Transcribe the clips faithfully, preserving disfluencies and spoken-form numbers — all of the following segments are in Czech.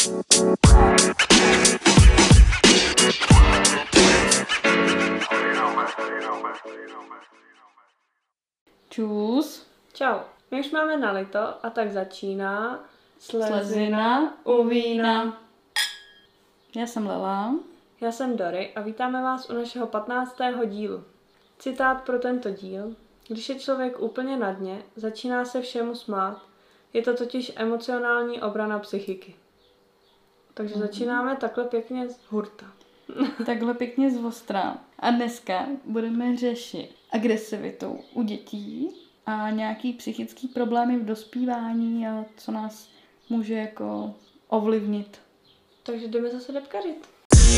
Čus. Čau. My už máme nalito a tak začíná Slezina, Slezina u vína. Já jsem Lela. Já jsem Dory a vítáme vás u našeho patnáctého dílu. Citát pro tento díl. Když je člověk úplně na dně, začíná se všemu smát. Je to totiž emocionální obrana psychiky. Takže mm-hmm. začínáme takhle pěkně z hurta. Takhle pěkně z ostra. A dneska budeme řešit agresivitu u dětí a nějaký psychický problémy v dospívání a co nás může jako ovlivnit. Takže jdeme zase depkařit.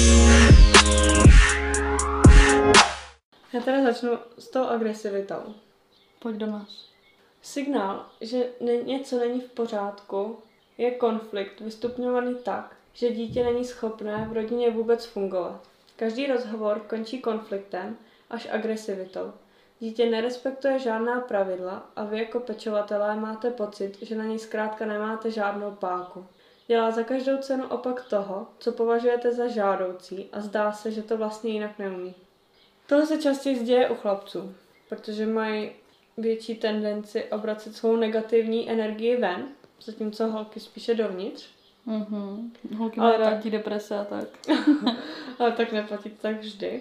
Já teda začnu s tou agresivitou. Pojď do nás. Signál, že něco není v pořádku, je konflikt vystupňovaný tak, že dítě není schopné v rodině vůbec fungovat. Každý rozhovor končí konfliktem až agresivitou. Dítě nerespektuje žádná pravidla a vy jako pečovatelé máte pocit, že na něj zkrátka nemáte žádnou páku. Dělá za každou cenu opak toho, co považujete za žádoucí a zdá se, že to vlastně jinak neumí. Tohle se častěji děje u chlapců, protože mají větší tendenci obracet svou negativní energii ven, zatímco holky spíše dovnitř. Mhm. Holky mají rádi deprese a tak. Ale tak neplatí to tak vždy.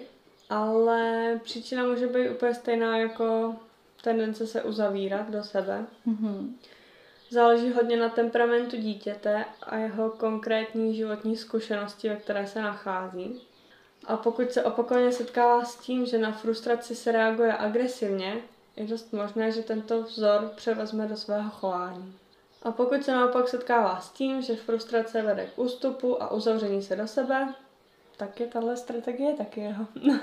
Ale příčina může být úplně stejná jako tendence se uzavírat do sebe. Mhm. Záleží hodně na temperamentu dítěte a jeho konkrétní životní zkušenosti, ve které se nachází. A pokud se opakovaně setkává s tím, že na frustraci se reaguje agresivně, je dost možné, že tento vzor převezme do svého chování. A pokud se naopak setkává s tím, že frustrace vede k ústupu a uzavření se do sebe, tak je tahle strategie taky jeho.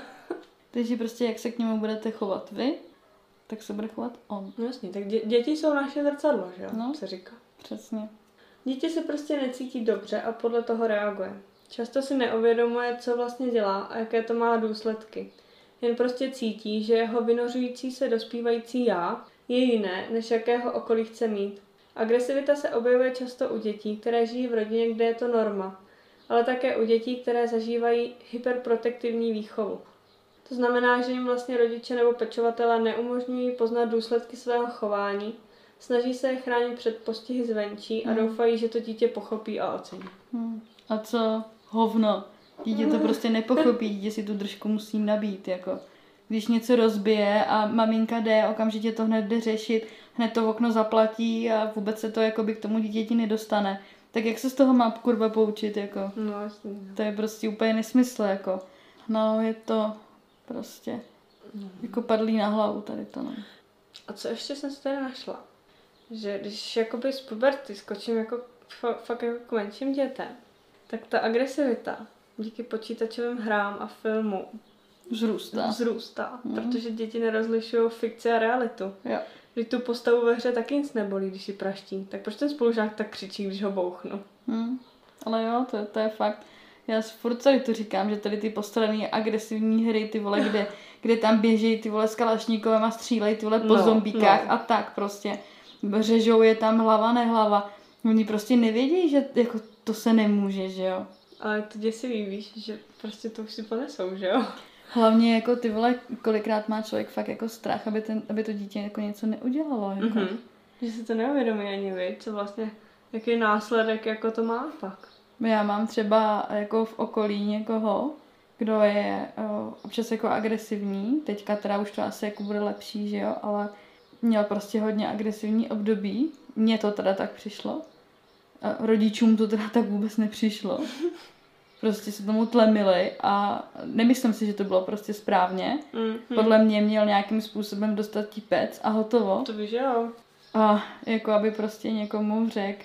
Takže prostě jak se k němu budete chovat vy, tak se bude chovat on. No jasně, tak dě- děti jsou naše zrcadlo, že jo, no, se říká. Přesně. Dítě se prostě necítí dobře a podle toho reaguje. Často si neuvědomuje, co vlastně dělá a jaké to má důsledky. Jen prostě cítí, že jeho vynořující se dospívající já je jiné, než jakého okolí chce mít. Agresivita se objevuje často u dětí, které žijí v rodině, kde je to norma, ale také u dětí, které zažívají hyperprotektivní výchovu. To znamená, že jim vlastně rodiče nebo pečovatelé neumožňují poznat důsledky svého chování, snaží se je chránit před postihy zvenčí a hmm. doufají, že to dítě pochopí a ocení. Hmm. A co hovno? Dítě to prostě nepochopí, dítě si tu držku musí nabít, jako. Když něco rozbije a maminka jde, okamžitě to hned jde řešit, hned to okno zaplatí a vůbec se to jakoby k tomu dítěti nedostane. Tak jak se z toho má kurva poučit, jako? No jasně. To je prostě úplně nesmysl, jako. No, je to prostě no. jako padlý na hlavu tady to, no. A co ještě jsem si tady našla? Že když jakoby z puberty skočím jako f- fakt jako k menším dětem, tak ta agresivita díky počítačovým hrám a filmu Vzrůstá. Vzrůstá, mm. protože děti nerozlišují fikci a realitu. Jo. Když tu postavu ve hře taky nic nebolí, když ji praští. Tak proč ten spolužák tak křičí, když ho bouchnu? Mm. Ale jo, to, to je fakt. Já furt tady tu říkám, že tady ty postavené agresivní hry, ty vole, kde, kde tam běží ty vole s kalašníkovem a střílej ty vole po no, zombíkách no. a tak prostě. Řežou je tam hlava, nehlava. Oni prostě nevědí, že jako to se nemůže, že jo. Ale to děsivý, víš, že prostě to už si ponesou, že jo. Hlavně jako ty vole, kolikrát má člověk fakt jako strach, aby, ten, aby to dítě jako něco neudělalo. Jako. Mm-hmm. Že si to neuvědomí ani vy, co vlastně, jaký následek jako to má pak. Já mám třeba jako v okolí někoho, kdo je o, občas jako agresivní, teďka teda už to asi jako bude lepší, že jo, ale měl prostě hodně agresivní období. Mně to teda tak přišlo. A rodičům to teda tak vůbec nepřišlo. Prostě se tomu tlemili a nemyslím si, že to bylo prostě správně. Mm-hmm. Podle mě měl nějakým způsobem dostat típec a hotovo. To víš, jo. A jako aby prostě někomu řekl,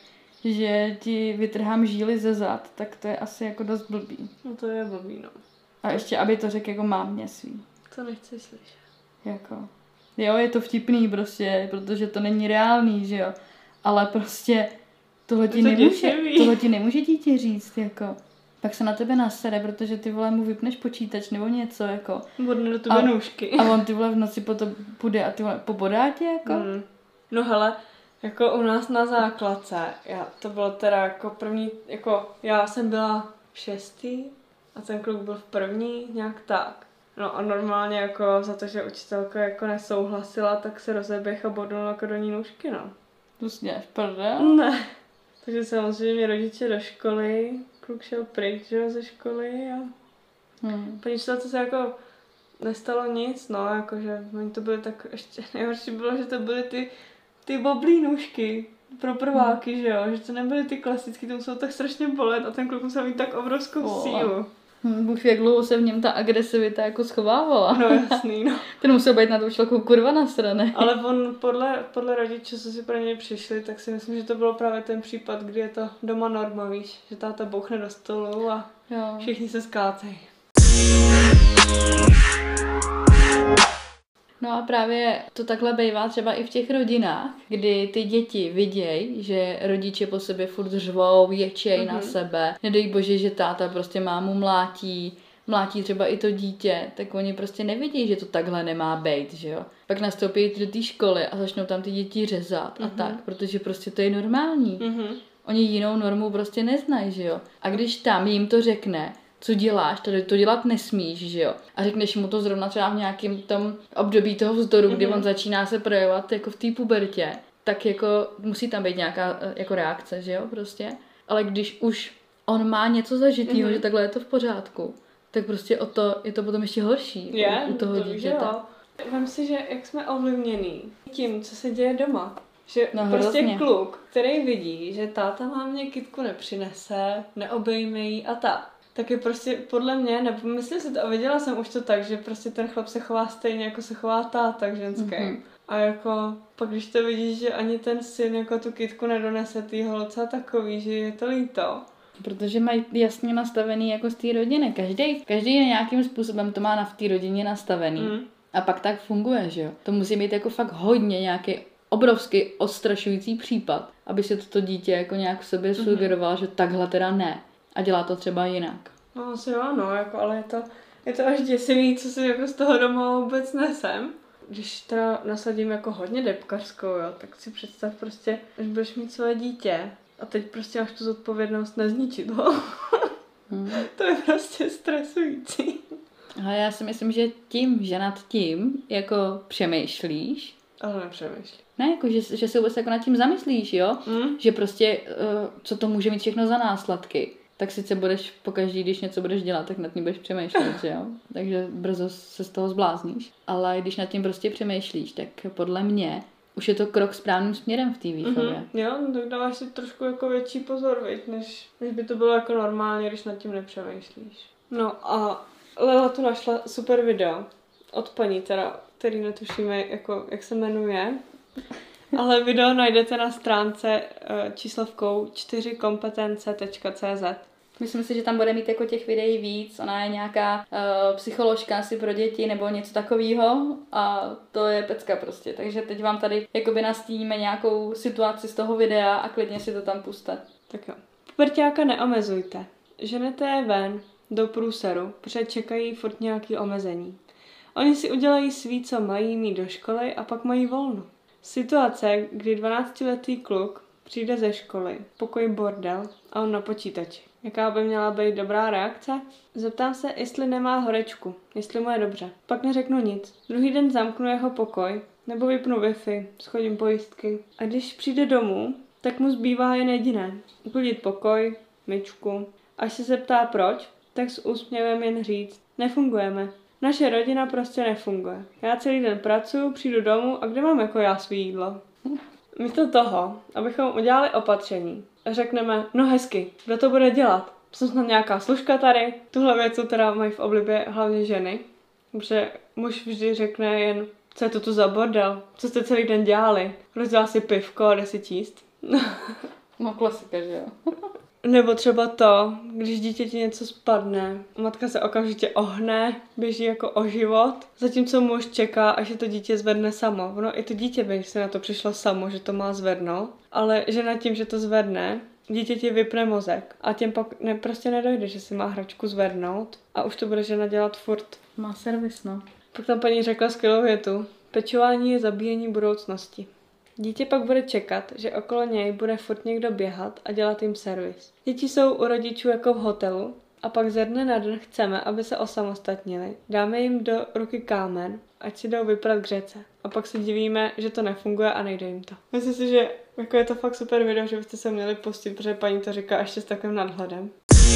že ti vytrhám žíly ze zad, tak to je asi jako dost blbý. No to je blbý, no. A ještě, aby to řekl jako mámě svý. To nechci slyšet. Jako, jo, je to vtipný prostě, protože to není reálný, že jo. Ale prostě tohle ti, to nemůže, tohle ti nemůže dítě říct, jako. Pak se na tebe nasere, protože ty vole mu vypneš počítač nebo něco, jako. Bodne do tebe a, nůžky. A on ty vole v noci potom půjde a ty vole pobodá tě, jako. Mm. No hele, Jako u nás na základce, já, to bylo teda jako první, jako já jsem byla v šestý a ten kluk byl v první, nějak tak. No a normálně jako za to, že učitelka jako nesouhlasila, tak se rozeběh a bodnul jako do ní nůžky, no. Tu sněš, prdel? Ne. Takže samozřejmě rodiče do školy, kluk šel pryč, že, ze školy a Hmm. paní učitelce se jako nestalo nic, no, jakože oni to byly tak, ještě nejhorší bylo, že to byly ty, ty boblí nůžky pro prváky, hmm. že jo, že to nebyly ty klasické, to muselo tak strašně bolet a ten kluk musel mít tak obrovskou Oh. sílu. Hm, Bůh jak dlouho se v něm ta agresivita jako schovávala. No jasný, no. Ten musel být na tu člověku kurva nasranej. Ale on podle, podle rodičů, co si pro něj přišli, tak si myslím, že to bylo právě ten případ, kdy je to doma norma, víš, že táta bouchne do stolu a Jo. všichni se skácejí. No a právě to takhle bývá třeba i v těch rodinách, kdy ty děti vidějí, že rodiče po sobě furt řvou, ječej mm-hmm. na sebe. Nedej bože, že táta prostě mámu mlátí, mlátí třeba i to dítě, tak oni prostě nevidí, že to takhle nemá být, že jo. Pak nastoupí do té školy a začnou tam ty děti řezat a mm-hmm. tak, protože prostě to je normální. Mm-hmm. Oni jinou normu prostě neznají, že jo. A když tam jim to řekne, co děláš, tady to dělat nesmíš, že jo. A řekneš mu to zrovna třeba v nějakém tom období toho vzdoru, mm-hmm. kdy on začíná se projevovat jako v té pubertě, tak jako musí tam být nějaká jako reakce, že jo, prostě. Ale když už on má něco zažitýho, mm-hmm. že takhle je to v pořádku, tak prostě o to, je to potom ještě horší je, u, u toho to dítěte. Vem si, že jak jsme ovlivněný tím, co se děje doma. Že No, prostě hrozně. kluk, který vidí, že táta mámě kytku nepřinese, neobejme jí a tak. Tak je prostě podle mě, nebo myslím si to, a viděla jsem už to tak, že prostě ten chlap se chová stejně, jako se chová táta k ženské. Mm-hmm. A jako, pak když to vidíš, že ani ten syn jako tu kytku nedonese tý holce takový, že je to líto. Protože mají jasně nastavený jako z té rodiny. Každý, každý nějakým způsobem to má na v té rodině nastavený. Mm. A pak tak funguje, že jo. To musí být jako fakt hodně nějaký obrovský odstrašující případ, aby se toto dítě jako nějak v sobě mm-hmm. sugerovalo, že takhle teda ne. A dělá to třeba jinak. No asi jo, no, jako, ale je to, je to až děsivý, co si jako z toho doma vůbec nesem. Když teda nasadím jako hodně depkařskou, jo, tak si představ prostě, až budeš mít své dítě a teď prostě máš tu zodpovědnost nezničit ho. Hmm. To je prostě stresující. Ale já si myslím, že tím, že nad tím jako přemýšlíš, ale nepřemýšlím. Ne, jako, že, že se vůbec jako nad tím zamyslíš, jo? Mm. Že prostě, uh, co to může mít všechno za následky. Tak sice budeš pokaždý, když něco budeš dělat, tak nad tím budeš přemýšlet, že jo? Takže brzo se z toho zblázníš. Ale když nad tím prostě přemýšlíš, tak podle mě už je to krok správným směrem v té výchově. Mm-hmm. Jo, no tak dáváš si trošku jako větší pozor, viď, než, než by to bylo jako normálně, když nad tím nepřemýšlíš. No a Lela tu našla super video od paní teda, který netušíme, jako, jak se jmenuje. Ale video najdete na stránce uh, číslovkou čtyři kompetence tečka cé zet. Myslím si, že tam bude mít jako těch videí víc. Ona je nějaká uh, psycholožka asi pro děti nebo něco takového a to je pecka prostě. Takže teď vám tady jakoby nastíníme nějakou situaci z toho videa a klidně si to tam puste. Tak jo. Puberťáka neomezujte. Ženete je ven do průseru, protože čekají furt nějaký omezení. Oni si udělají svý, co mají mít do školy a pak mají volno. Situace, kdy dvanáctiletý kluk přijde ze školy, pokoj bordel a on na počítači. Jaká by měla být dobrá reakce? Zeptám se, jestli nemá horečku, jestli mu je dobře. Pak neřeknu nic. Druhý den zamknu jeho pokoj, nebo vypnu Wi-Fi, schodím pojistky. A když přijde domů, tak mu zbývá jen jediné. Uklidit pokoj, myčku. Až se zeptá proč, tak s úsměvem jen říct, nefungujeme. Naše rodina prostě nefunguje. Já celý den pracuju, přijdu domů a kde mám jako já svý jídlo? Místo toho, abychom udělali opatření a řekneme, no hezky, kdo to bude dělat? Jsem snad nějaká služka tady? Tuhle věc teda mají v oblibě hlavně ženy. Protože muž vždy řekne jen, co je to tu za bordel? Co jste celý den dělali? Rozdělá si pivko a jde si číst. No klasika, že jo? Nebo třeba to, když dítěti něco spadne, matka se okamžitě ohne, běží jako o život, zatímco muž čeká, až se to dítě zvedne samo. Ono i to dítě by se na to přišlo samo, že to má zvednout, ale že nad tím, že to zvedne, dítě ti vypne mozek a tím pak ne, prostě nedojde, že si má hračku zvednout a už to bude žena dělat furt. Má servis, no. Pak tam paní řekla skvělou větu. Pečování je zabíjení budoucnosti. Dítě pak bude čekat, že okolo něj bude furt někdo běhat a dělat jim servis. Děti jsou u rodičů jako v hotelu a pak ze dne na den chceme, aby se osamostatnili. Dáme jim do ruky kámen, ať si jdou vyprat k řece. A pak se divíme, že to nefunguje a nejde jim to. Myslím si, že jako je to fakt super video, že byste se měli pustit, protože paní to říká ještě s takovým nadhledem.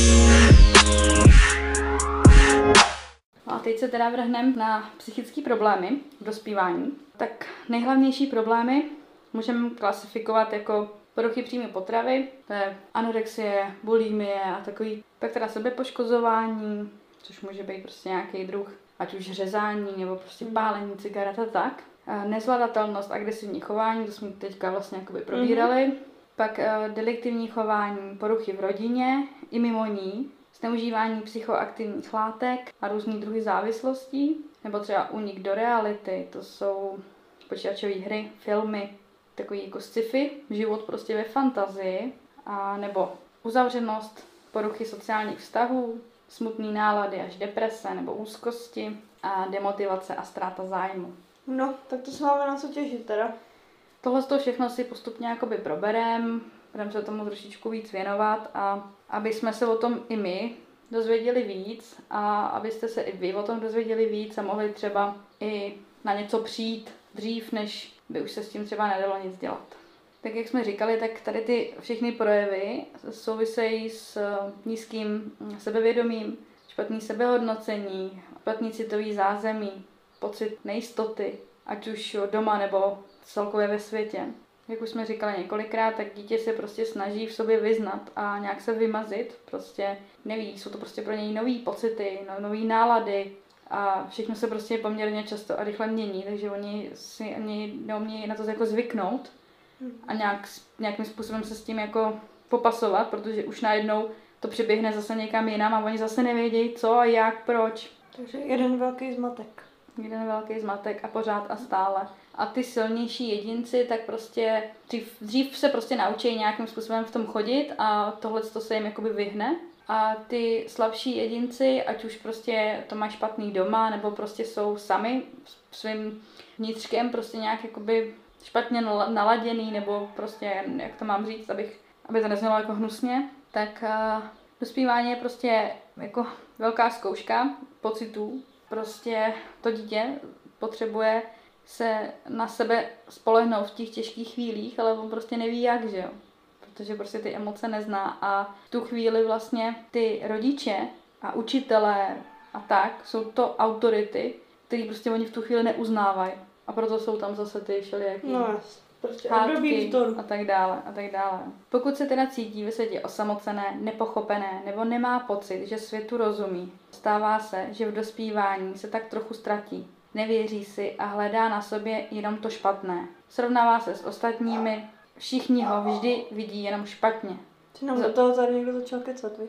A teď se teda vrhneme na psychické problémy v dospívání. Tak nejhlavnější problémy můžeme klasifikovat jako poruchy příjmu potravy, to je anorexie, bulimie a takový, pak teda sebepoškozování, což může být prostě nějaký druh, ať už řezání nebo prostě pálení cigaret a tak. Nezvladatelnost, agresivní chování, to jsme teďka vlastně jakoby probírali. Mm-hmm. Pak deliktivní chování, poruchy v rodině i mimo ní, zneužívání psychoaktivních látek a různý druhy závislostí, nebo třeba únik do reality, to jsou počítačové hry, filmy, takový jako sci-fi, život prostě ve fantazii, a nebo uzavřenost, poruchy sociálních vztahů, smutné nálady až deprese nebo úzkosti a demotivace a ztráta zájmu. No, tak to se máme na co těšit teda. Tohle z toho všechno si postupně jakoby proberem, budeme se tomu trošičku víc věnovat a aby jsme se o tom i my dozvěděli víc a abyste se i vy o tom dozvěděli víc a mohli třeba i na něco přijít dřív, než by už se s tím třeba nedalo nic dělat. Tak jak jsme říkali, tak tady ty všechny projevy souvisejí s nízkým sebevědomím, špatný sebehodnocení, špatný citový zázemí, pocit nejistoty, ať už doma nebo celkově ve světě. Jak už jsme říkali několikrát, tak dítě se prostě snaží v sobě vyznat a nějak se vymazit. Prostě neví, jsou to prostě pro něj nový pocity, nový nálady a všechno se prostě poměrně často a rychle mění, takže oni si ani neumějí na to jako zvyknout a nějak, nějakým způsobem se s tím jako popasovat, protože už najednou to přeběhne zase někam jinam a oni zase nevědějí co a jak, proč. Takže jeden velký zmatek. Jeden velký zmatek a pořád a stále. A ty silnější jedinci tak prostě dřív, dřív se prostě naučí nějakým způsobem v tom chodit a tohle se jim jakoby vyhne. A ty slabší jedinci, ať už prostě to mají špatný doma, nebo prostě jsou sami svým vnitřkem prostě nějak jakoby špatně naladěný, nebo prostě, jak to mám říct, abych, aby to neznělo jako hnusně, tak uh, dospívání je prostě jako velká zkouška pocitů. Prostě to dítě potřebuje se na sebe spolehnout v těch těžkých chvílích, ale on prostě neví jak, že jo. Protože prostě ty emoce nezná a v tu chvíli vlastně ty rodiče a učitelé a tak jsou to autority, který prostě oni v tu chvíli neuznávají. A proto jsou tam zase ty všelijaký no, prostě hádky a tak dále a tak dále. Pokud se teda cítí ve světě osamocené, nepochopené nebo nemá pocit, že světu rozumí, stává se, že v dospívání se tak trochu ztratí. Nevěří si a hledá na sobě jenom to špatné. Srovnává se s ostatními, všichni ho vždy vidí jenom špatně. Ty nám do toho tady někdo začal kecat, vy?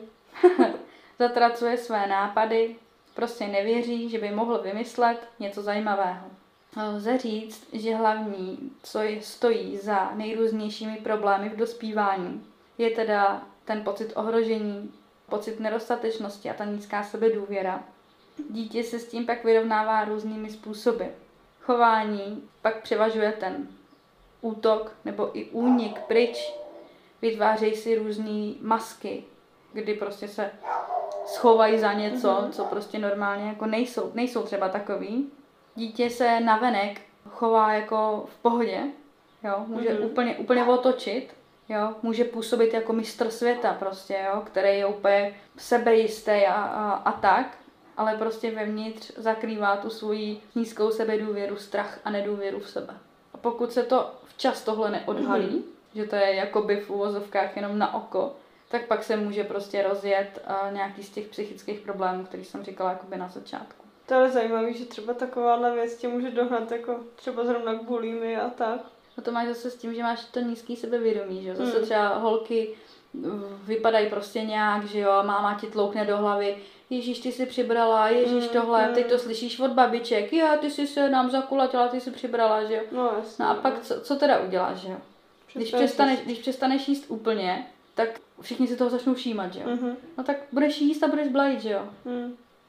Zatracuje své nápady, prostě nevěří, že by mohl vymyslet něco zajímavého. Lze říct, že hlavní, co stojí za nejrůznějšími problémy v dospívání, je teda ten pocit ohrožení, pocit nedostatečnosti a ta nízká sebedůvěra. Dítě se s tím pak vyrovnává různými způsoby. Chování pak převažuje ten útok nebo i únik pryč. Vytvářejí si různé masky, kdy prostě se schovají za něco, mm-hmm. co prostě normálně jako nejsou, nejsou třeba takový. Dítě se navenek chová jako v pohodě, jo, může mm-hmm. úplně, úplně otočit, jo, může působit jako mistr světa prostě, jo, který je úplně sebejistý a, a, a tak, ale prostě vevnitř zakrývá tu svoji nízkou sebedůvěru, strach a nedůvěru v sebe. A pokud se to včas tohle neodhalí, mm-hmm. že to je jakoby v uvozovkách jenom na oko, tak pak se může prostě rozjet uh, nějaký z těch psychických problémů, který jsem říkala jakoby na začátku. To je zajímavé, že třeba takováhle věc tě může dohnat jako třeba zrovna k bulimii a tak. No to máš zase s tím, že máš to nízký sebevědomí, že jo. Zase třeba holky vypadají prostě nějak, že jo, máma ti tloukne do hlavy, Ježíš, ty jsi přibrala, Ježíš mm, tohle, mm. teď to slyšíš od babiček, jo, ty jsi se nám zakulatila, ty jsi přibrala, že jo. No, jasně, no a pak co, co teda uděláš, že jo. Když přestaneš, když přestaneš jíst úplně, tak všichni si toho začnou všímat, že jo. Mm-hmm. No tak budeš jíst a budeš blajit, že jo. Mm.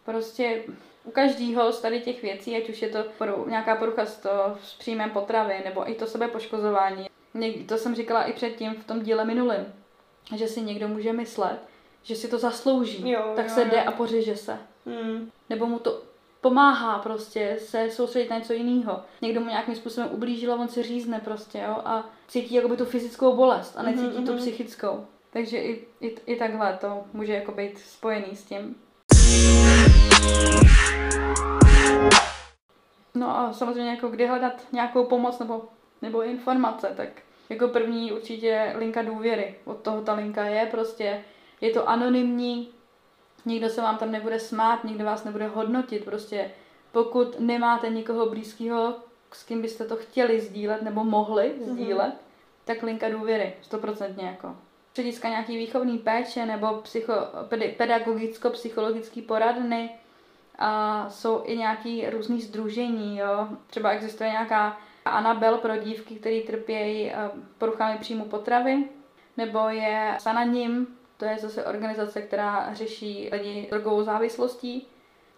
Prostě u každého z tady těch věcí, ať už je to poru, nějaká porucha s, to, s příjmem potravy, nebo i to sebepoškozování. To jsem říkala i předtím v tom díle minulým, že si někdo může myslet, že si to zaslouží, jo, tak jo, se jo. jde a pořeže se. Hmm. Nebo mu to pomáhá prostě se soustředit na něco jiného. Někdo mu nějakým způsobem ublížil a on si řízne prostě, jo, a cítí jakoby tu fyzickou bolest a necítí mm-hmm. tu psychickou. Takže i, i, i takhle to může jako být spojený s tím. No a samozřejmě jako kdy hledat nějakou pomoc nebo, nebo informace, tak jako první určitě linka důvěry. Od toho ta linka je prostě, je to anonymní, nikdo se vám tam nebude smát, nikdo vás nebude hodnotit, prostě pokud nemáte nikoho blízkého, s kým byste to chtěli sdílet nebo mohli sdílet, mm-hmm. tak linka důvěry, stoprocentně jako. Střediska nějaký výchovný péče nebo psycho, pedagogicko-psychologický poradny a jsou i nějaký různý sdružení, jo. Třeba existuje nějaká Anabel pro dívky, které trpějí poruchami příjmu potravy, nebo je Sananim, to je zase organizace, která řeší lidi s drogovou závislostí.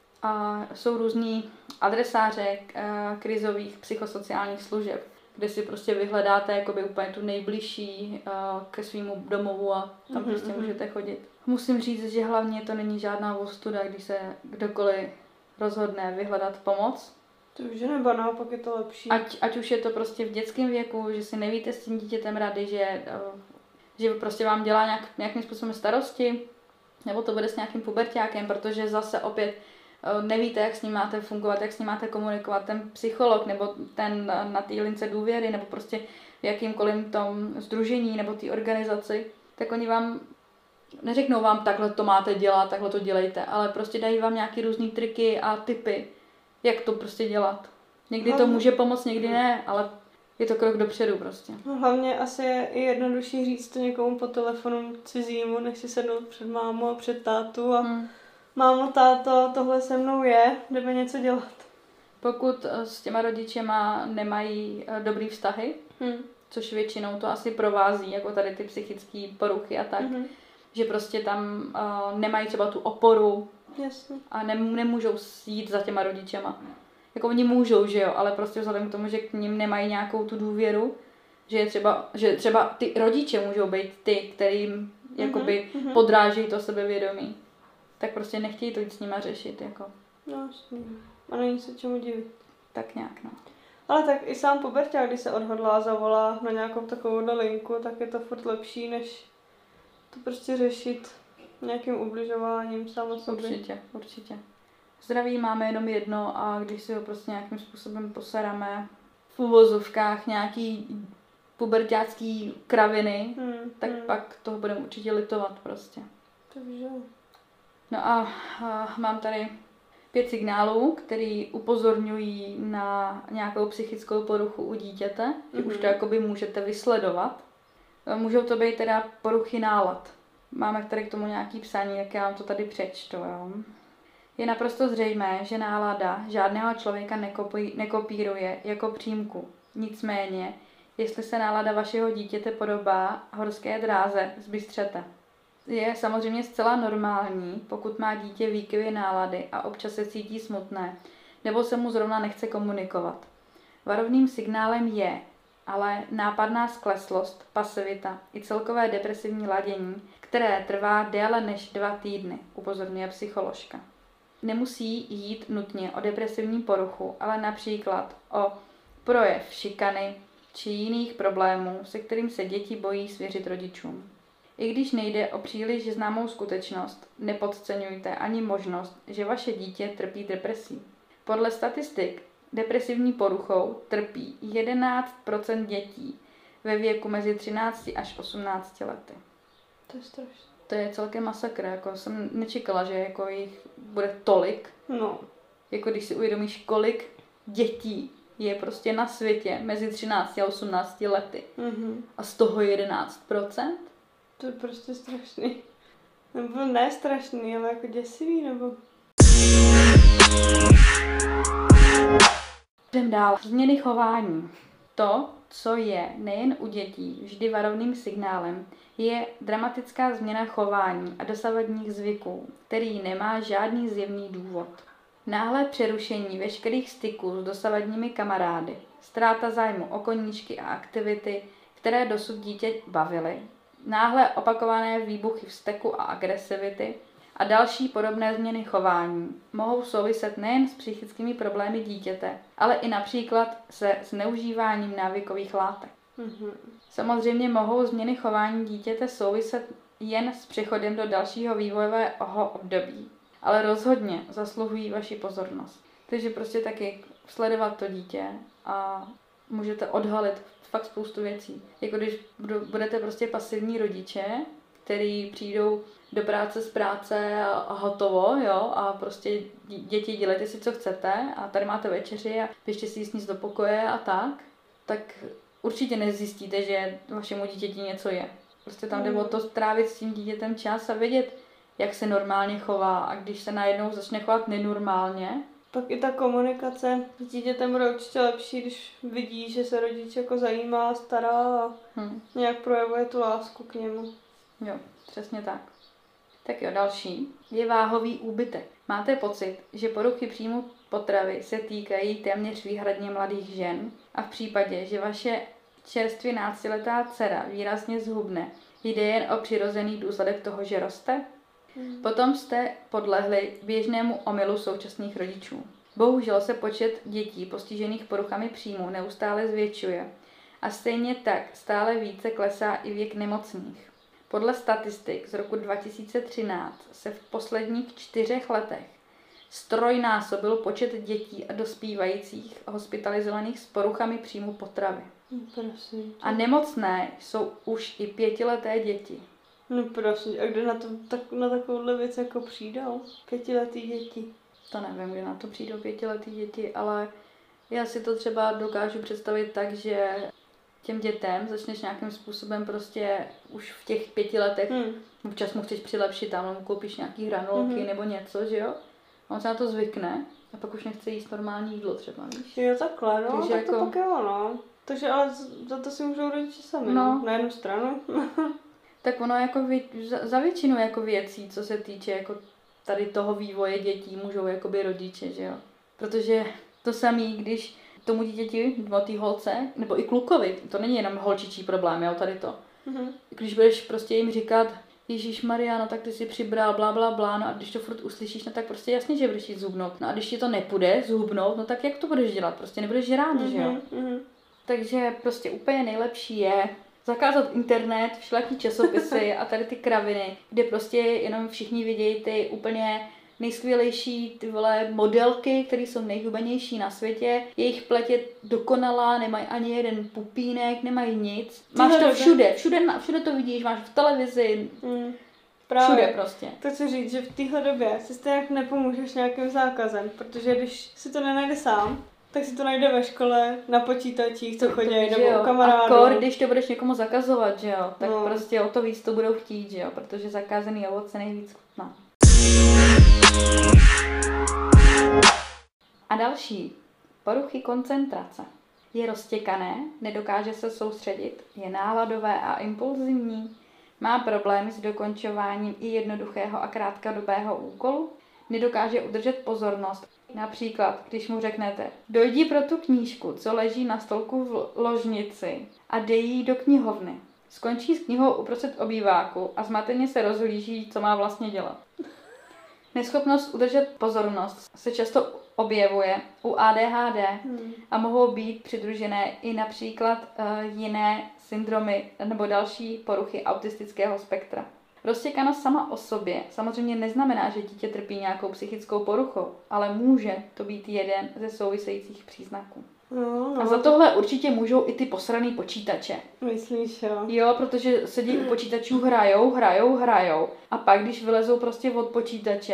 A jsou různý adresáře krizových psychosociálních služeb, kde si prostě vyhledáte jakoby úplně tu nejbližší ke svýmu domovu a tam mm-hmm. prostě můžete chodit. Musím říct, že hlavně to není žádná ostuda, když se kdokoliv rozhodne vyhledat pomoc. To už je nebo naopak je to lepší. Ať, ať už je to prostě v dětském věku, že si nevíte s tím dítětem rady, že, že prostě vám dělá nějak, nějakým způsobem starosti, nebo to bude s nějakým puberťákem, protože zase opět nevíte, jak s ním máte fungovat, jak s ním máte komunikovat, ten psycholog nebo ten na té lince důvěry nebo prostě v jakýmkoliv tom sdružení nebo té organizaci, tak oni vám neřeknou vám, takhle to máte dělat, takhle to dělejte, ale prostě dají vám nějaký různý triky a tipy, jak to prostě dělat. Někdy to může pomoct, někdy ne, ale je to krok dopředu prostě. No, hlavně asi je i jednodušší říct to někomu po telefonu cizímu, než si sednout před mámu a před tátu a hmm. mámo, táto, tohle se mnou je, jdeme něco dělat. Pokud s těma rodičema nemají dobrý vztahy, hmm. což většinou to asi provází, jako tady ty psychické poruchy a tak, hmm. že prostě tam uh, nemají třeba tu oporu. Jasně. A nem, nemůžou jít za těma rodičema. Jako oni můžou, že jo, ale prostě vzhledem k tomu, že k ním nemají nějakou tu důvěru, že je třeba, že třeba ty rodiče můžou být ty, kterým mm-hmm, jakoby mm-hmm. podráží to sebevědomí. Tak prostě nechtějí to jít s nima řešit, jako. No, jasně. A není se čemu divit. Tak nějak, no. Ale tak i sám puberťák, když se odhodlá a zavolá na nějakou takovou linku, tak je to furt lepší, než to prostě řešit nějakým ubližováním sám o sobě. Určitě, určitě. Zdraví máme jenom jedno a když si ho prostě nějakým způsobem poseráme v uvozovkách nějaký puberťácký kraviny, hmm, tak hmm. pak toho budeme určitě litovat prostě. Takže. No a, a mám tady pět signálů, který upozorňují na nějakou psychickou poruchu u dítěte, mm-hmm. že už to jakoby můžete vysledovat. Můžou to být teda poruchy nálad. Máme tady k tomu nějaký psaní, jak já vám to tady přečtu. Jo. Je naprosto zřejmé, že nálada žádného člověka nekopí, nekopíruje jako přímku. Nicméně, jestli se nálada vašeho dítěte podobá horské dráze, zbystřete. Je samozřejmě zcela normální, pokud má dítě výkyvy nálady a občas se cítí smutné, nebo se mu zrovna nechce komunikovat. Varovným signálem je ale nápadná skleslost, pasivita i celkové depresivní ladění, které trvá déle než dva týdny, upozorňuje psycholožka. Nemusí jít nutně o depresivní poruchu, ale například o projev šikany či jiných problémů, se kterým se děti bojí svěřit rodičům. I když nejde o příliš známou skutečnost, nepodceňujte ani možnost, že vaše dítě trpí depresí. Podle statistik depresivní poruchou trpí jedenáct procent dětí ve věku mezi třinácti až osmnácti lety. To je strašné. To je celkem masakr, jako jsem nečekala, že jako jich bude tolik. No. Jako když si uvědomíš, kolik dětí je prostě na světě mezi třinácti a osmnácti lety. Mm-hmm. A z toho jedenáct procent? To je prostě strašný. Nebo ne strašný, ale jako děsivý, nebo... Jdem dál. Změny chování. To, co je nejen u dětí vždy varovným signálem, je dramatická změna chování a dosavadních zvyků, který nemá žádný zjevný důvod. Náhlé přerušení veškerých styků s dosavadními kamarády, ztráta zájmu o koníčky a aktivity, které dosud dítě bavily, náhle opakované výbuchy vzteku a agresivity a další podobné změny chování mohou souviset nejen s psychickými problémy dítěte, ale i například se zneužíváním návykových látek. Mm-hmm. Samozřejmě mohou změny chování dítěte souviset jen s přechodem do dalšího vývojového období, ale rozhodně zasluhují vaši pozornost. Takže prostě taky sledovat to dítě a můžete odhalit fakt spoustu věcí. Jako když budete prostě pasivní rodiče, který přijdou do práce z práce a hotovo, jo, a prostě děti, dělejte si, co chcete a tady máte večeři a běžte si jíst nic do pokoje a tak, tak určitě nezjistíte, že vašemu dítěti něco je. Prostě tam jde o to strávit s tím dítětem čas a vědět, jak se normálně chová, a když se najednou začne chovat nenormálně. Pak i ta komunikace s dítětem bude určitě lepší, když vidí, že se rodič jako zajímá, stará a hmm. nějak projevuje tu lásku k němu. Jo, přesně tak. Tak jo, další je váhový úbytek. Máte pocit, že poruchy příjmu potravy se týkají téměř výhradně mladých žen a v případě, že vaše čerstvě náctiletá dcera výrazně zhubne, jde jen o přirozený důsledek toho, že roste? Hmm. Potom jste podlehli běžnému omylu současných rodičů. Bohužel se počet dětí postižených poruchami příjmu neustále zvětšuje a stejně tak stále více klesá i věk nemocných. Podle statistik z roku dva tisíce třináct se v posledních čtyřech letech strojnásobil počet dětí a dospívajících hospitalizovaných s poruchami příjmu potravy. Prosím. A nemocné jsou už i pětileté děti. No prosím, a kde na, to, tak, na takovouhle věc jako přijdou? Pětiletý děti. To nevím, kde na to přijdou pětiletý děti, ale já si to třeba dokážu představit tak, že těm dětem začneš nějakým způsobem prostě už v těch pěti letech, hmm. občas mu chceš přilepšit, tam mu koupíš nějaký hranolky hmm. nebo něco, že jo? A on se na to zvykne a pak už nechce jíst normální jídlo třeba, víš? Jo, takhle, no, takže tak jako... to pak jo, no. Takže ale za to si můžou rodiče sami, no. Na jednu stranu. Tak ono jako vě... za většinu jako věcí, co se týče jako tady toho vývoje dětí, můžou jakoby rodiče, že jo? Protože to samý, když tomu dítěti, nebo té holce, nebo i klukovi, to není jenom holčičí problém, jo, tady to. Mm-hmm. Když budeš prostě jim říkat, Ježíš Maria, no tak ty si přibral, blá, blá, blá, no a když to furt uslyšíš, no tak prostě jasně, že budeš jít zhubnout. No a když ti to nepůjde zhubnout, no tak jak to budeš dělat? Prostě nebudeš žrát, mm-hmm, že jo? Mm-hmm. Takže prostě úplně nejlepší je zakázat internet, všelaký časopisy a tady ty kraviny, kde prostě jenom všichni vidějí ty úplně nejskvělejší ty vole modelky, které jsou nejhubenější na světě. Jejich pleť je dokonalá, nemají ani jeden pupínek, nemají nic. Máš to všude, všude, všude to vidíš, máš v televizi, mm, právě. Všude prostě. To chci říct, že v téhle době si stejně nepomůžeš nějakým zákazem, protože když si to nenajde sám, tak si to najde ve škole, na počítačích, co chodí, nebo u kamarádů. A kor, když to budeš někomu zakazovat, že jo, tak no. prostě o to víc to budou chtít, že jo, protože zakázaný ovoce nejvíc chutná. A další. Poruchy koncentrace. Je roztěkané, nedokáže se soustředit, je náladové a impulzivní, má problémy s dokončováním i jednoduchého a krátkodobého úkolu, nedokáže udržet pozornost. Například, když mu řeknete, dojdi pro tu knížku, co leží na stolku v ložnici a dej ji do knihovny. Skončí s knihou uprostřed obýváku a zmateně se rozhlíží, co má vlastně dělat. Neschopnost udržet pozornost se často objevuje u A D H D hmm. a mohou být přidružené i například uh, jiné syndromy nebo další poruchy autistického spektra. Roztěkanost sama o sobě samozřejmě neznamená, že dítě trpí nějakou psychickou poruchou, ale může to být jeden ze souvisejících příznaků. No, no. A za tohle určitě můžou i ty posraný počítače. Myslíš, jo? Jo, protože sedí u počítačů, hrajou, hrajou, hrajou a pak, když vylezou prostě od počítače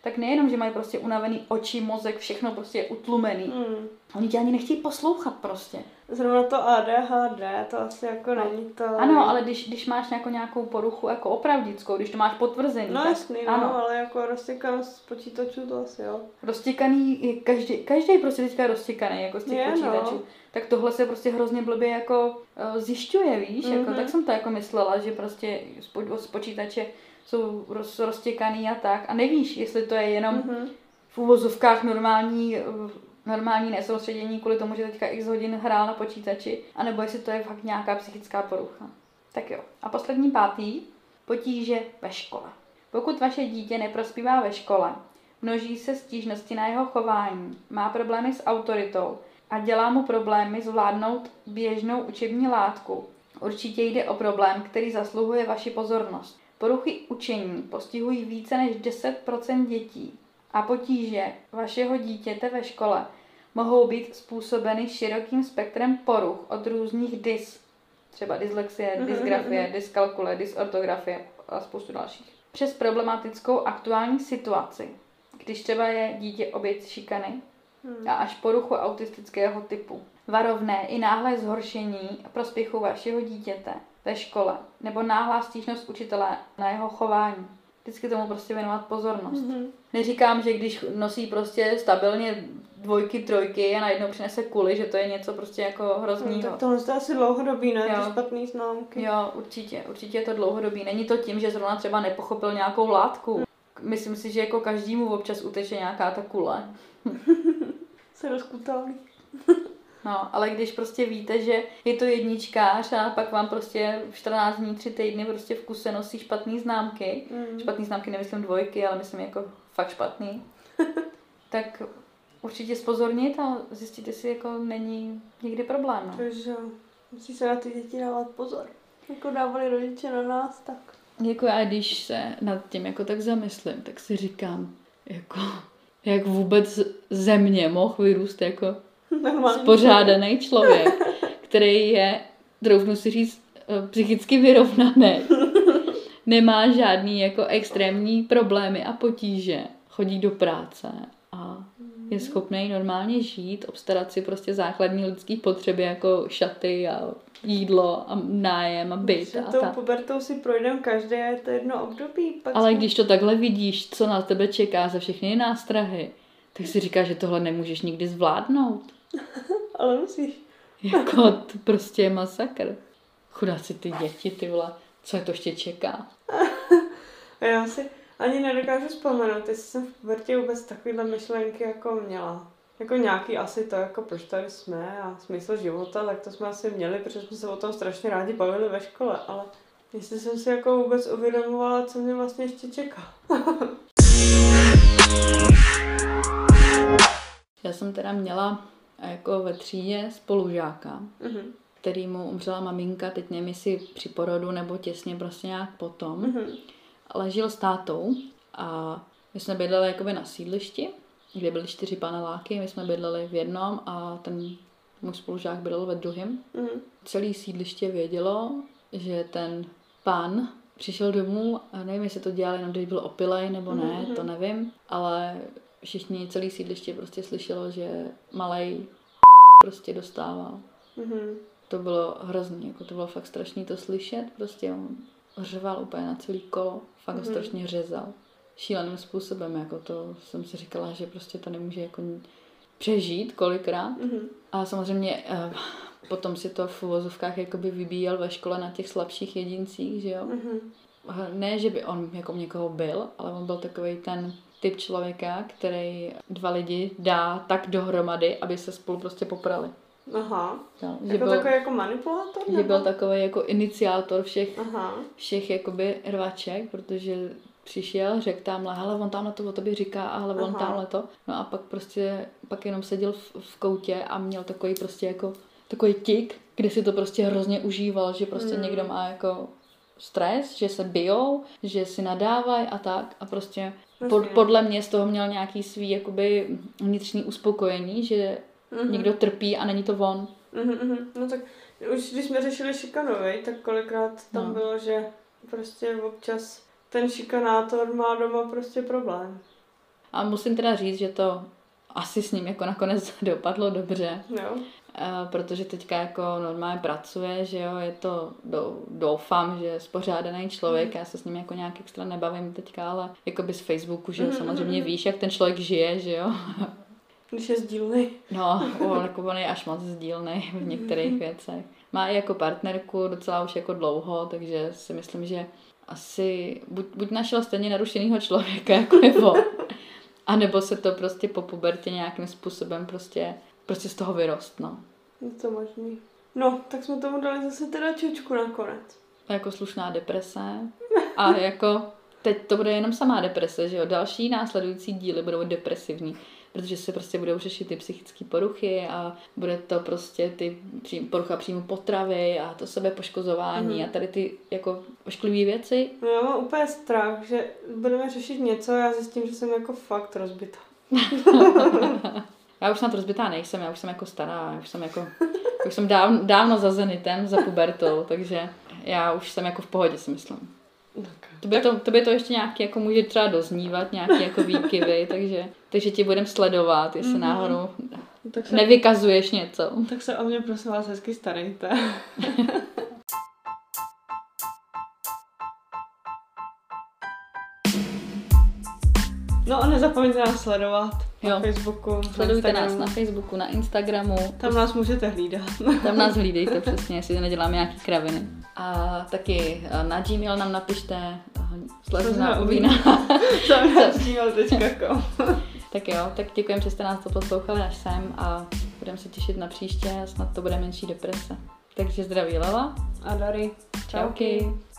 tak nejenom, že mají prostě unavený oči, mozek, všechno prostě je utlumený. Mm. Oni tě ani nechtějí poslouchat prostě. Zrovna to A D H D, to asi jako no. není to... Ano, ale když, když máš nějakou, nějakou poruchu jako opravdickou, když to máš potvrzený, no tak jasný, no, ano. ale jako roztěkanost z počítačů to asi, jo. Roztěkaný je každý, každý prostě teďka roztěkaný jako z těch je, počítačů. No. Tak tohle se prostě hrozně blbě jako uh, zjišťuje, víš, mm-hmm. jako, tak jsem to jako myslela, že prostě z počítače jsou roz, roztěkaný a tak a nevíš, jestli to je jenom mm-hmm. v uvozovkách normální, normální nesoustředění kvůli tomu, že teďka x hodin hrál na počítači, anebo jestli to je fakt nějaká psychická porucha. Tak jo. A poslední pátý, potíže ve škole. Pokud vaše dítě neprospívá ve škole, množí se stížnosti na jeho chování, má problémy s autoritou a dělá mu problémy zvládnout běžnou učební látku, určitě jde o problém, který zasluhuje vaši pozornost. Poruchy učení postihují více než deset procent dětí a potíže vašeho dítěte ve škole mohou být způsobeny širokým spektrem poruch od různých dys, třeba dyslexie, dysgrafie, dyskalkulie, dysortografie a spoustu dalších. Přes problematickou aktuální situaci, když třeba je dítě oběť šikany a až poruchu autistického typu. Varovné i náhlé zhoršení prospěchu vašeho dítěte ve škole nebo náhlá stížnost učitele na jeho chování. Vždycky tomu prostě věnovat pozornost. Mm-hmm. Neříkám, že když nosí prostě stabilně dvojky, trojky a najednou přinese kuly, že to je něco prostě jako hroznýho. No, tak tohle je asi dlouhodobý, ne? Ty špatný známky. Jo, určitě. Určitě je to dlouhodobý. Není to tím, že zrovna třeba nepochopil nějakou látku. Mm. Myslím si, že jako každému občas uteče nějaká ta kule. Se rozkutalí. No, ale když prostě víte, že je to jedničkář a pak vám prostě čtrnáct dní, tři týdny prostě v kuse nosí špatný známky, mm. špatný známky nemyslím dvojky, ale myslím jako fakt špatný, tak určitě zpozornit a zjistit, jestli jako není nikdy problém. No. Takže musí se na ty děti dávat pozor. Jako dávali rodiče na nás, tak. Jako já, když se nad tím jako tak zamyslím, tak si říkám, jako, jak vůbec ze mě mohl vyrůst jako spořádaný člověk, který je, troufnu si říct, psychicky vyrovnaný, nemá žádný jako extrémní problémy a potíže, chodí do práce a je schopný normálně žít, obstarat si prostě základní lidský potřeby jako šaty a jídlo a nájem a byt. A tou pubertou si projdem každé a je to jedno období. Pak ale jsme... když to takhle vidíš, co na tebe čeká za všechny nástrahy, tak si říkáš, že tohle nemůžeš nikdy zvládnout. Ale musíš. Jako to prostě je masakr. Chudáci ty děti, ty vole, co je to ještě čeká? Já si ani nedokážu vzpomenout, jestli jsem v pubertě vůbec takovýhle myšlenky jako měla. Jako nějaký asi to, jako proč tady jsme a smysl života, tak to jsme asi měli, protože jsme se o tom strašně rádi bavili ve škole, ale jestli jsem si jako vůbec uvědomovala, co mě vlastně ještě čeká. Já jsem teda měla jako ve třídě spolužáka, mm-hmm. který mu umřela maminka, teď nevím, jestli při porodu nebo těsně prostě nějak potom, mm-hmm. ale žil s tátou a my jsme bydleli jakoby na sídlišti, kde byly čtyři paneláky, my jsme bydleli v jednom a ten můj spolužák bydlel ve druhém. Mm-hmm. Celé sídliště vědělo, že ten pán přišel domů a nevím, jestli to dělal jenom, když byl opilej nebo ne, mm-hmm. to nevím, ale všichni, celý sídliště prostě slyšelo, že malej prostě dostával. Mm-hmm. To bylo hrozný, jako to bylo fakt strašný to slyšet, prostě on řval úplně na celý kolo, fakt mm-hmm. strašně řezal. Šíleným způsobem, jako to jsem si říkala, že prostě to nemůže jako přežít kolikrát. Mm-hmm. A samozřejmě eh, potom si to v uvozovkách jakoby vybíjel ve škole na těch slabších jedincích, že jo. Mm-hmm. Ne, že by on jako někoho byl, ale on byl takovej ten typ člověka, který dva lidi dá tak dohromady, aby se spolu prostě poprali. Aha. No, že jako byl, takový jako manipulátor? Že nebo? Byl takový jako iniciátor všech, všech jakoby rvaček, protože přišel, řekl tamhle, hele, on tamhle to o tobě říká, ale on tamhle to. No a pak prostě, pak jenom seděl v, v koutě a měl takový prostě jako, takový tik, kde si to prostě hrozně užíval, že prostě hmm. někdo má jako stres, že se bijou, že si nadávají a tak a prostě pod, podle mě z toho měl nějaký svý jakoby vnitřní uspokojení, že mm-hmm. někdo trpí a není to on. Mm-hmm. No tak už když jsme řešili šikanu, tak kolikrát tam no. bylo, že prostě občas ten šikanátor má doma prostě problém. A musím teda říct, že to asi s ním jako nakonec dopadlo dobře. Jo. Uh, protože teďka jako normálně pracuje, že jo, je to, do, doufám, že je spořádaný člověk, mm. já se s ním jako nějak extra nebavím teďka, ale jako by z Facebooku, že jo, mm. samozřejmě víš, jak ten člověk žije, že jo. Když je sdílnej. No, on, jako on je až moc sdílnej v některých věcech. Má i jako partnerku docela už jako dlouho, takže si myslím, že asi buď, buď našel stejně narušenýho člověka jako jeho, anebo se to prostě po pubertě nějakým způsobem prostě prostě z toho vyrost, no. Je to možný. No, tak jsme tomu dali zase teda čočku nakonec. A jako slušná deprese. A jako teď to bude jenom samá deprese, že jo. Další následující díly budou depresivní, protože se prostě budou řešit ty psychické poruchy a bude to prostě ty porucha příjmu potravy a to sebepoškozování mm. a tady ty jako ošklivé věci. No já mám úplně strach, že budeme řešit něco a já zjistím, že jsem jako fakt rozbitá. Já už snad rozbitá nejsem, já už jsem jako stará, já už jsem jako, už jsem dávno, dávno za zenitem, za pubertou, takže já už jsem jako v pohodě, si myslím. Okay. Tobě to, tobě to ještě nějaký jako může třeba doznívat, nějaký jako výkyvy, takže, takže ti budem sledovat, jestli mm-hmm. náhodou tak se, nevykazuješ něco. Tak se o mě prosím vás hezky starejte. No a nezapomeňte nás sledovat jo. na Facebooku, Sledujte nás na Facebooku, na Instagramu. Tam nás můžete hlídat. Tam nás hlídejte přesně, jestli neděláme nějaký kraviny. A taky na Gmail nám napište slezna uvína. gmail tečka com Tak jo, tak děkujeme, že jste nás to poslouchali až sem a budeme se těšit na příště, snad to bude menší deprese. Takže zdraví Lela a Dary. Čauky.